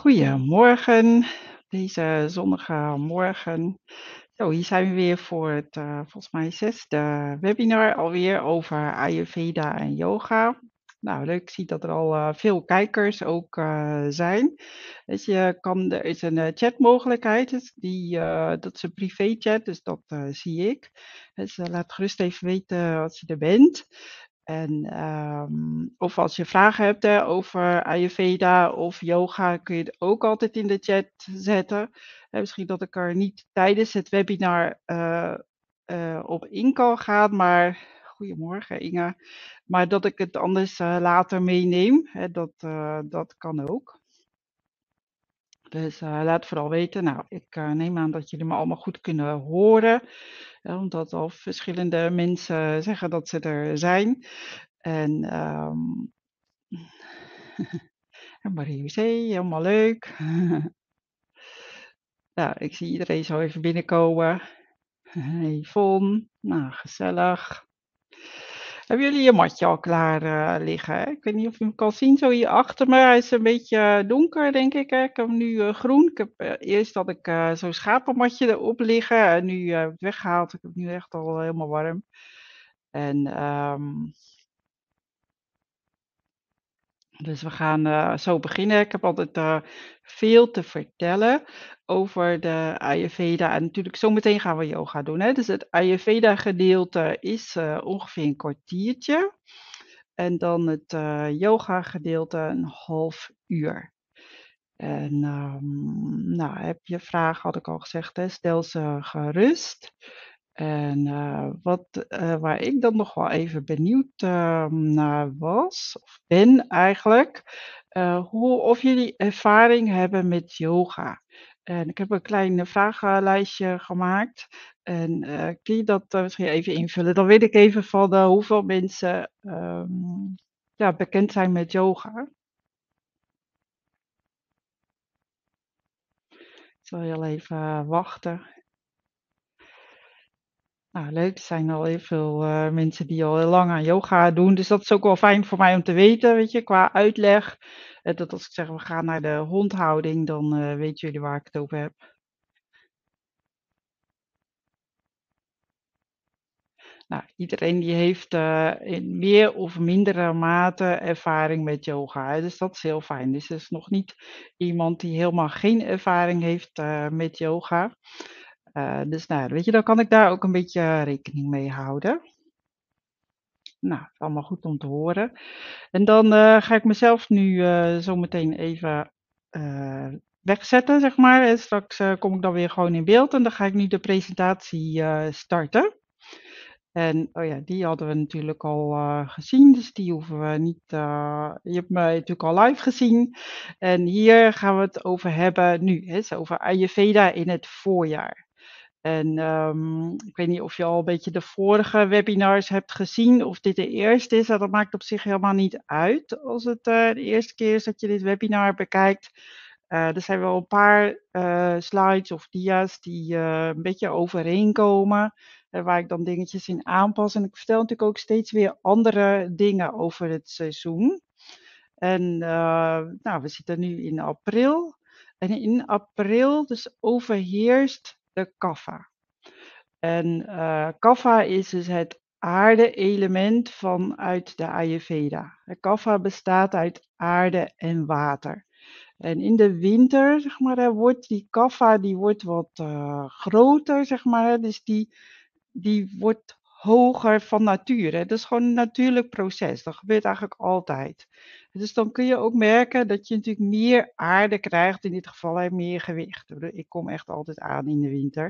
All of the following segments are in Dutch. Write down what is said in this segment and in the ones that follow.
Goedemorgen, deze zonnige morgen. Zo, hier zijn we weer voor het, volgens mij zesde webinar alweer over Ayurveda en yoga. Nou, leuk, ik zie dat er al veel kijkers ook zijn. Dus er is een chatmogelijkheid, dus dat is een privé-chat, dus dat zie ik. Dus laat gerust even weten als je er bent. En, of als je vragen hebt hè, over Ayurveda of yoga, kun je het ook altijd in de chat zetten. Misschien dat ik er niet tijdens het webinar op in kan gaan, maar goedemorgen Inge. Maar dat ik het anders later meeneem, hè, dat kan ook. Dus laat vooral weten. Nou, ik neem aan dat jullie me allemaal goed kunnen horen. Omdat al verschillende mensen zeggen dat ze er zijn. En en Marie-José, helemaal leuk. Nou, ik zie iedereen zo even binnenkomen. Yvonne, nou gezellig. Hebben jullie je matje al klaar liggen? Hè? Ik weet niet of je hem kan zien, zo hier achter me. Hij is een beetje donker, denk ik. Hè? Ik heb hem nu groen. Eerst had ik zo'n schapenmatje erop liggen. En nu heb ik het weggehaald. Ik heb het nu echt al helemaal warm. En dus we gaan zo beginnen. Ik heb altijd veel te vertellen over de Ayurveda. En natuurlijk zometeen gaan we yoga doen. Hè? Dus het Ayurveda gedeelte is ongeveer een kwartiertje. En dan het yoga gedeelte een half uur. En nou, heb je vragen, had ik al gezegd, hè? Stel ze gerust. En waar ik dan nog wel even benieuwd naar was, of ben eigenlijk, of jullie ervaring hebben met yoga. En ik heb een klein vragenlijstje gemaakt. En kun je dat misschien even invullen? Dan weet ik even van hoeveel mensen ja, bekend zijn met yoga. Ik zal heel even wachten. Nou, leuk. Er zijn al heel veel mensen die al heel lang aan yoga doen. Dus dat is ook wel fijn voor mij om te weten, weet je, qua uitleg. Dat als ik zeg, we gaan naar de hondhouding, dan weten jullie waar ik het over heb. Nou, iedereen die heeft in meer of mindere mate ervaring met yoga. Hè, dus dat is heel fijn. Dus er is nog niet iemand die helemaal geen ervaring heeft met yoga. Dus nou, weet je, dan kan ik daar ook een beetje rekening mee houden. Nou, allemaal goed om te horen. En dan ga ik mezelf nu zo meteen even wegzetten, zeg maar. En straks kom ik dan weer gewoon in beeld en dan ga ik nu de presentatie starten. En oh ja, die hadden we natuurlijk al gezien, dus die hoeven we niet. Je hebt me natuurlijk al live gezien. En hier gaan we het over hebben nu, hè, dus over Ayurveda in het voorjaar. En ik weet niet of je al een beetje de vorige webinars hebt gezien, of dit de eerste is. Dat maakt op zich helemaal niet uit als het de eerste keer is dat je dit webinar bekijkt. Er zijn wel een paar slides of dia's die een beetje overeenkomen, waar ik dan dingetjes in aanpas. En ik vertel natuurlijk ook steeds weer andere dingen over het seizoen. En nou, we zitten nu in april. En in april dus overheerst de kapha. En kapha is dus het aarde-element vanuit de Ayurveda. De kapha bestaat uit aarde en water. En in de winter, zeg maar, wordt die kapha die wordt wat groter, zeg maar. Dus die wordt hoger van nature. Dat is gewoon een natuurlijk proces. Dat gebeurt eigenlijk altijd. Dus dan kun je ook merken dat je natuurlijk meer aarde krijgt. In dit geval meer gewicht. Ik kom echt altijd aan in de winter.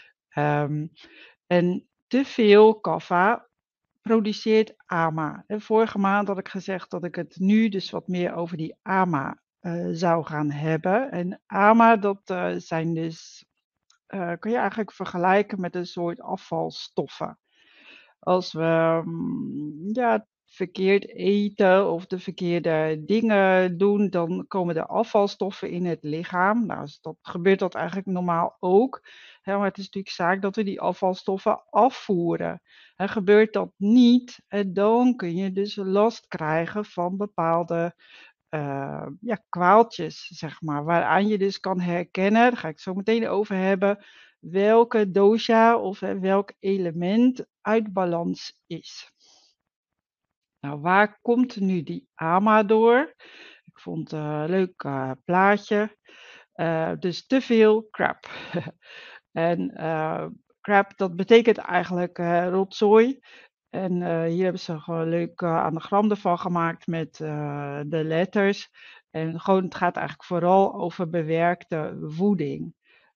En te veel kapha produceert ama. En vorige maand had ik gezegd dat ik het nu dus wat meer over die ama zou gaan hebben. En ama, dat zijn dus, kun je eigenlijk vergelijken met een soort afvalstoffen. Als we ja, verkeerd eten of de verkeerde dingen doen, dan komen er afvalstoffen in het lichaam. Nou, dat gebeurt dat eigenlijk normaal ook. Hè, maar het is natuurlijk zaak dat we die afvalstoffen afvoeren. En gebeurt dat niet, dan kun je dus last krijgen van bepaalde ja, kwaaltjes, zeg maar, waaraan je dus kan herkennen, daar ga ik het zo meteen over hebben, welke dosha of welk element uit balans is. Nou, waar komt nu die AMA door? Ik vond een leuk plaatje. Dus te veel crap. En crap, dat betekent eigenlijk rotzooi. En hier hebben ze gewoon een leuk anagram ervan gemaakt met de letters. En gewoon, het gaat eigenlijk vooral over bewerkte voeding.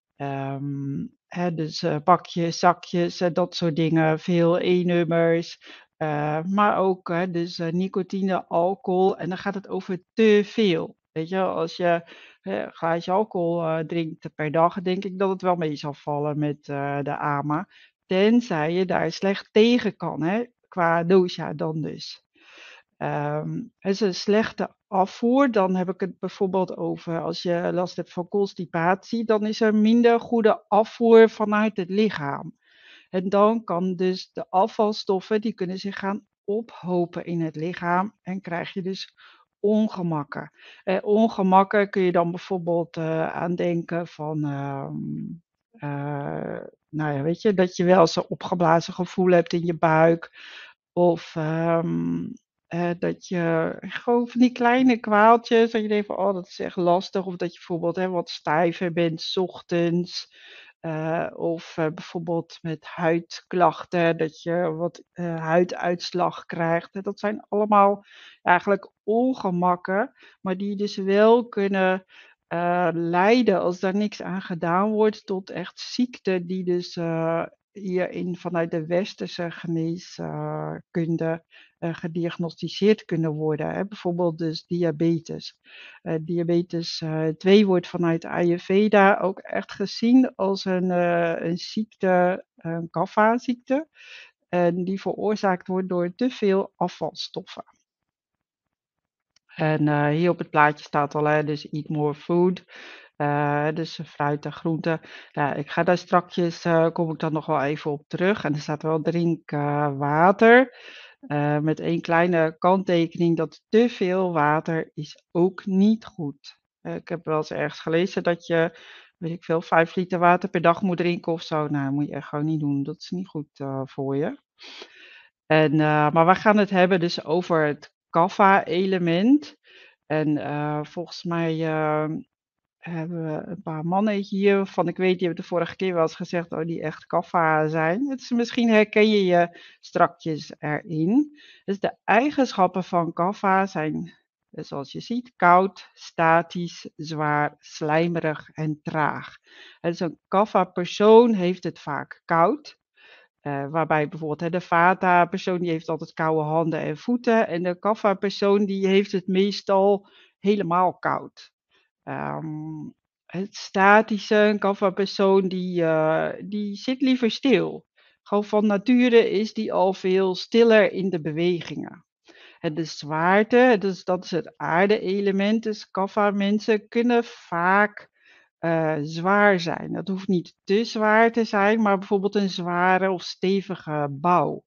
Dus pakjes, zakjes, dat soort dingen, veel E-nummers, maar ook dus nicotine, alcohol en dan gaat het over te veel. Weet je wel, als je een glaasje alcohol drinkt per dag, denk ik dat het wel mee zal vallen met de AMA. Tenzij je daar slecht tegen kan, hè, qua dosha dan dus. Het is een slechte afvoer, dan heb ik het bijvoorbeeld over als je last hebt van constipatie, dan is er minder goede afvoer vanuit het lichaam. En dan kan dus de afvalstoffen, die kunnen zich gaan ophopen in het lichaam en krijg je dus ongemakken. Ongemakken kun je dan bijvoorbeeld aan denken van, nou ja, weet je, dat je wel zo'n opgeblazen gevoel hebt in je buik. Of dat je gewoon van die kleine kwaaltjes, dat je denkt van, oh, dat is echt lastig. Of dat je bijvoorbeeld wat stijver bent 's ochtends. Of bijvoorbeeld met huidklachten, dat je wat huiduitslag krijgt. Dat zijn allemaal eigenlijk ongemakken, maar die dus wel kunnen leiden, als daar niks aan gedaan wordt, tot echt ziekte die dus hierin vanuit de westerse geneeskunde gediagnosticeerd kunnen worden. Hè. Bijvoorbeeld dus diabetes. Diabetes 2 wordt vanuit Ayurveda ook echt gezien als een ziekte, een kapha-ziekte. En die veroorzaakt wordt door te veel afvalstoffen. En hier op het plaatje staat al, hè, dus eat more food. Dus fruit en groenten. Ja, ik ga daar strakjes, kom ik dan nog wel even op terug. En er staat wel drink water. Met één kleine kanttekening dat te veel water is ook niet goed. Ik heb wel eens ergens gelezen dat je, weet ik veel, 5 liter water per dag moet drinken of zo. Nou, dat moet je echt gewoon niet doen. Dat is niet goed voor je. En, maar we gaan het hebben dus over het kapha-element. En volgens mij hebben we een paar mannen hier van ik weet, die hebben de vorige keer wel eens gezegd, oh, die echt kapha zijn. Het is, misschien herken je je strakjes erin. Dus de eigenschappen van kapha zijn, zoals je ziet, koud, statisch, zwaar, slijmerig en traag. Dus een kapha-persoon heeft het vaak koud. Waarbij bijvoorbeeld de Vata-persoon die heeft altijd koude handen en voeten. En de Kapha-persoon die heeft het meestal helemaal koud. Ehm, het statische, een Kapha-persoon die zit liever stil. Gewoon van nature is die al veel stiller in de bewegingen. En de zwaarte, dus dat is het aarde-element. Dus Kapha-mensen kunnen vaak zwaar zijn. Dat hoeft niet te zwaar te zijn, maar bijvoorbeeld een zware of stevige bouw.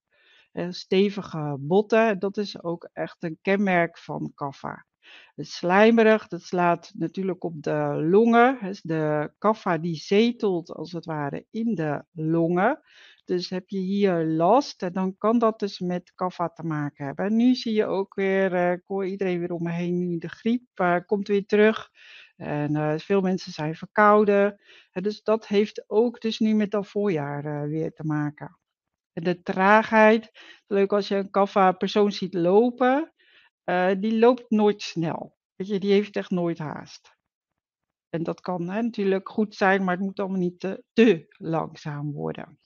Stevige botten, dat is ook echt een kenmerk van kapha. Het slijmerig, dat slaat natuurlijk op de longen. Dus de kapha die zetelt als het ware in de longen. Dus heb je hier last, dan kan dat dus met kapha te maken hebben. Nu zie je ook weer, ik hoor iedereen weer om me heen, nu de griep komt weer terug. En veel mensen zijn verkouden. Dus dat heeft ook dus nu met dat voorjaar weer te maken. En de traagheid, leuk als je een kapha-persoon ziet lopen, die loopt nooit snel. Weet je, die heeft echt nooit haast. En dat kan natuurlijk goed zijn, maar het moet allemaal niet te langzaam worden.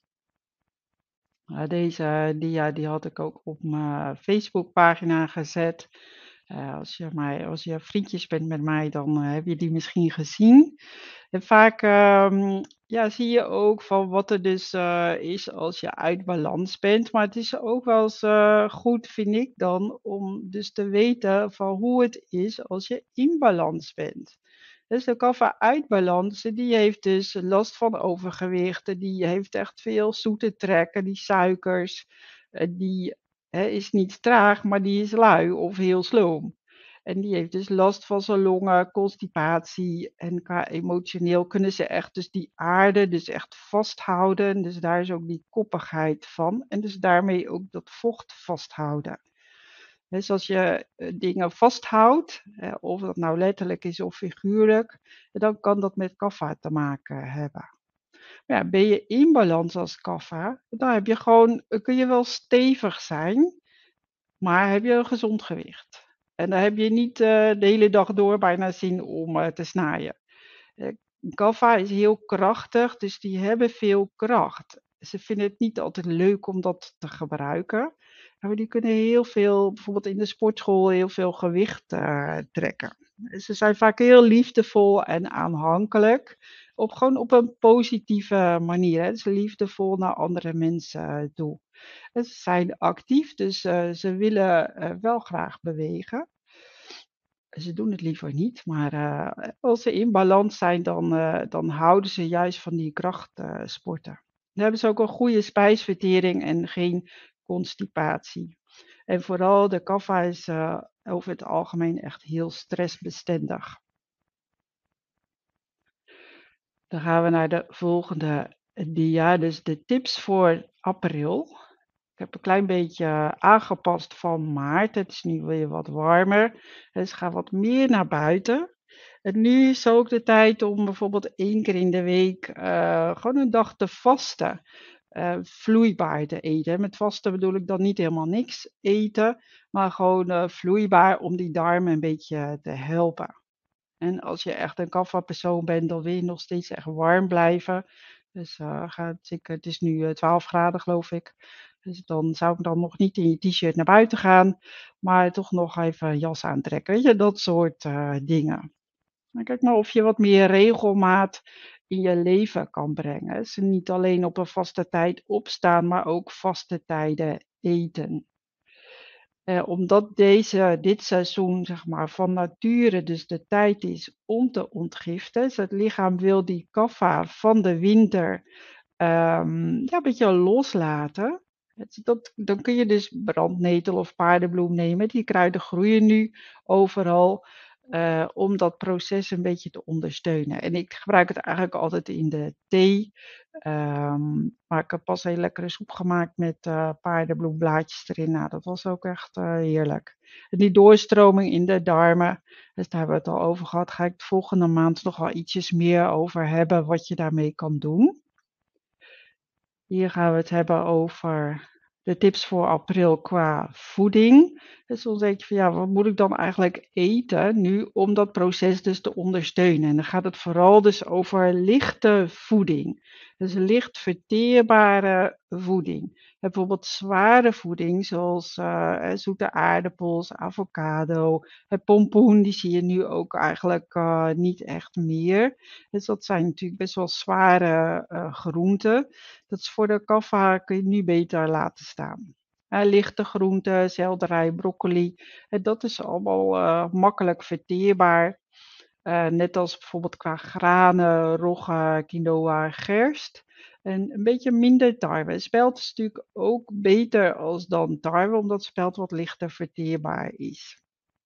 Deze dia die had ik ook op mijn Facebookpagina gezet. Als je vriendjes bent met mij, dan heb je die misschien gezien. En vaak ja, zie je ook van wat er dus is als je uit balans bent. Maar het is ook wel eens goed, vind ik dan, om dus te weten van hoe het is als je in balans bent. Dus de kaffa-uitbalans, die heeft dus last van overgewicht. Die heeft echt veel zoete trekken, die suikers. Die is niet traag, maar die is lui of heel sloom. En die heeft dus last van zijn longen, constipatie en qua emotioneel kunnen ze echt dus die aarde dus echt vasthouden. Dus daar is ook die koppigheid van en dus daarmee ook dat vocht vasthouden. Dus als je, dingen vasthoudt, of dat nou letterlijk is of figuurlijk, dan kan dat met kaffa te maken hebben. Maar ja, ben je in balans als kaffa, dan heb je gewoon kun je wel stevig zijn, maar heb je een gezond gewicht. En dan heb je niet, de hele dag door bijna zin om, te snaaien. Eh, Kaffa is heel krachtig, dus die hebben veel kracht. Ze vinden het niet altijd leuk om dat te gebruiken, maar die kunnen heel veel, bijvoorbeeld in de sportschool, heel veel gewicht, trekken. Ze zijn vaak heel liefdevol en aanhankelijk, gewoon op een positieve manier, hè. Dus liefdevol naar andere mensen toe. En ze zijn actief, dus, ze willen, wel graag bewegen. Ze doen het liever niet, maar, als ze in balans zijn, dan houden ze juist van die krachtsporten. Dan hebben ze ook een goede spijsvertering en geen constipatie. En vooral de kaffa is, over het algemeen echt heel stressbestendig. Dan gaan we naar de volgende dia, dus de tips voor april. Ik heb een klein beetje aangepast van maart. Het is nu weer wat warmer, dus ga wat meer naar buiten. En nu is ook de tijd om bijvoorbeeld 1 keer in de week, gewoon een dag te vasten. Vloeibaar te eten. Met vasten bedoel ik dan niet helemaal niks eten, maar gewoon, vloeibaar om die darmen een beetje te helpen. En als je echt een kaffa-persoon bent, dan wil je nog steeds echt warm blijven. Dus, het is nu, 12 graden geloof ik. Dus dan zou ik dan nog niet in je t-shirt naar buiten gaan, maar toch nog even een jas aantrekken. Weet je, dat soort, dingen. En kijk maar of je wat meer regelmaat in je leven kan brengen. Dus niet alleen op een vaste tijd opstaan, maar ook vaste tijden eten. Omdat dit seizoen zeg maar van nature dus de tijd is om te ontgiften. Dus het lichaam wil die kaffa van de winter, ja, een beetje loslaten. Dan kun je dus brandnetel of paardenbloem nemen. Die kruiden groeien nu overal, om dat proces een beetje te ondersteunen. En ik gebruik het eigenlijk altijd in de thee. Maar ik heb pas een lekkere soep gemaakt met, paardenbloemblaadjes erin. Nou, dat was ook echt, heerlijk. En die doorstroming in de darmen, dus daar hebben we het al over gehad, ga ik de volgende maand nog wel ietsjes meer over hebben wat je daarmee kan doen. Hier gaan we het hebben over de tips voor april qua voeding. Dus dan denk je van ja, wat moet ik dan eigenlijk eten nu om dat proces dus te ondersteunen? En dan gaat het vooral dus over lichte voeding. Dus licht verteerbare voeding. Bijvoorbeeld zware voeding zoals zoete aardappels, avocado, pompoen, die zie je nu ook eigenlijk niet echt meer. Dus dat zijn natuurlijk best wel zware groenten. Dat is voor de kaffa kun je nu beter laten staan. Lichte groenten, selderij, broccoli, dat is allemaal, makkelijk verteerbaar. Net als bijvoorbeeld qua granen, rogge, quinoa, gerst. En een beetje minder tarwe. Spelt is natuurlijk ook beter als dan tarwe, omdat spelt wat lichter verteerbaar is.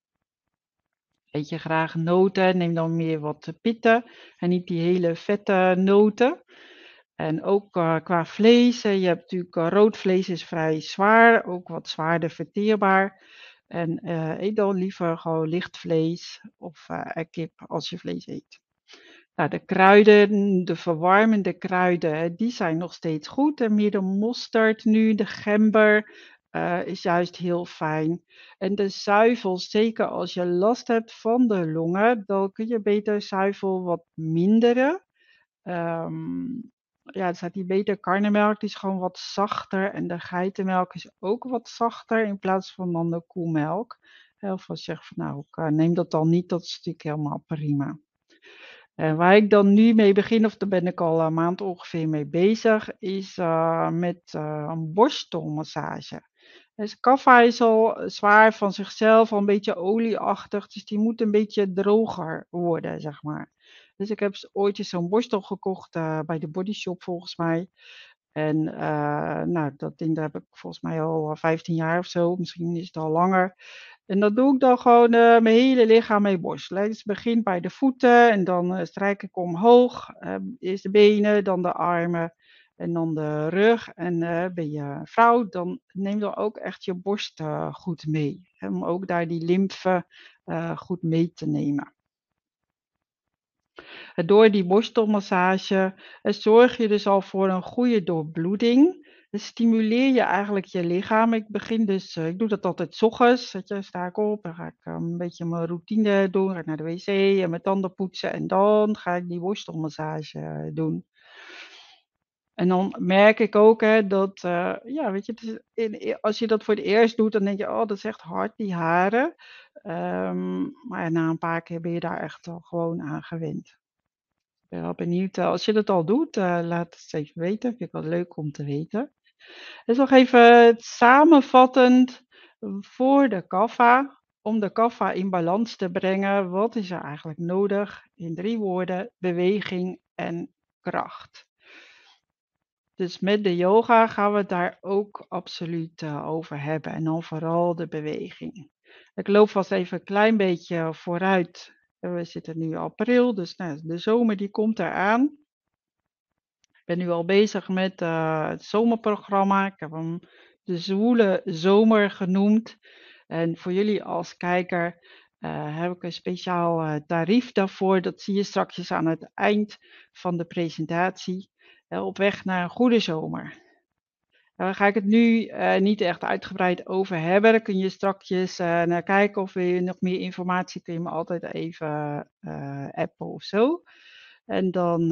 Eet je graag noten, neem dan meer wat pitten en niet die hele vette noten. En ook, qua vlees, je hebt natuurlijk, rood vlees is vrij zwaar, ook wat zwaarder verteerbaar. En, eet dan liever gewoon licht vlees of, kip als je vlees eet. Nou, de kruiden, de verwarmende kruiden, die zijn nog steeds goed. En meer de mosterd nu, de gember, is juist heel fijn. En de zuivel, zeker als je last hebt van de longen, dan kun je beter zuivel wat minderen. Ehm, ja, er staat hier beter karnemelk, die is gewoon wat zachter. En de geitenmelk is ook wat zachter in plaats van dan de koemelk. Of als je zegt van nou, ik neem dat dan niet, dat is natuurlijk helemaal prima. En waar ik dan nu mee begin, of daar ben ik al een maand ongeveer mee bezig, is met een borstelmassage. Dus kaffa is al zwaar van zichzelf, al een beetje olieachtig, dus die moet een beetje droger worden, zeg maar. Dus ik heb ooit eens zo'n borstel gekocht bij de Body Shop volgens mij. En nou, dat ding daar heb ik volgens mij al 15 jaar of zo, misschien is het al langer. En dat doe ik dan gewoon mijn hele lichaam mee borstelen. Dus het begint bij de voeten en dan strijk ik omhoog. Eerst de benen, dan de armen en dan de rug. En ben je een vrouw, dan neem dan ook echt je borst goed mee. Hè, om ook daar die lymfe goed mee te nemen. Door die borstelmassage zorg je dus al voor een goede doorbloeding. Dus stimuleer je eigenlijk je lichaam. Ik begin dus, ik doe dat altijd 's ochtends. Weet je, sta ik op, dan ga ik een beetje mijn routine doen. Ga ik naar de wc en mijn tanden poetsen en dan ga ik die borstelmassage doen. En dan merk ik ook hè, dat, ja, weet je, het is als je dat voor het eerst doet, dan denk je, oh, dat is echt hard, die haren. Maar na een paar keer ben je daar echt al gewoon aan gewend. Ik ben wel benieuwd, als je dat al doet, laat het even weten. Vind ik wel leuk om te weten. Dus nog even samenvattend voor de kaffa. Om de kaffa in balans te brengen, wat is er eigenlijk nodig? In 3 woorden: beweging en kracht. Dus met de yoga gaan we het daar ook absoluut over hebben en dan vooral de beweging. Ik loop vast even een klein beetje vooruit. We zitten nu april, dus nou, de zomer die komt eraan. Ik ben nu al bezig met het zomerprogramma. Ik heb hem de Zwoele Zomer genoemd. En voor jullie als kijker heb ik een speciaal tarief daarvoor. Dat zie je straks aan het eind van de presentatie. Op weg naar een goede zomer. Daar ga ik het nu niet echt uitgebreid over hebben. Daar kun je straks naar kijken of wil je nog meer informatie, kun je me altijd even appen of zo. En dan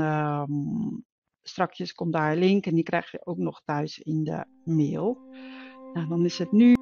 strakjes komt daar een link en die krijg je ook nog thuis in de mail. Nou, dan is het nu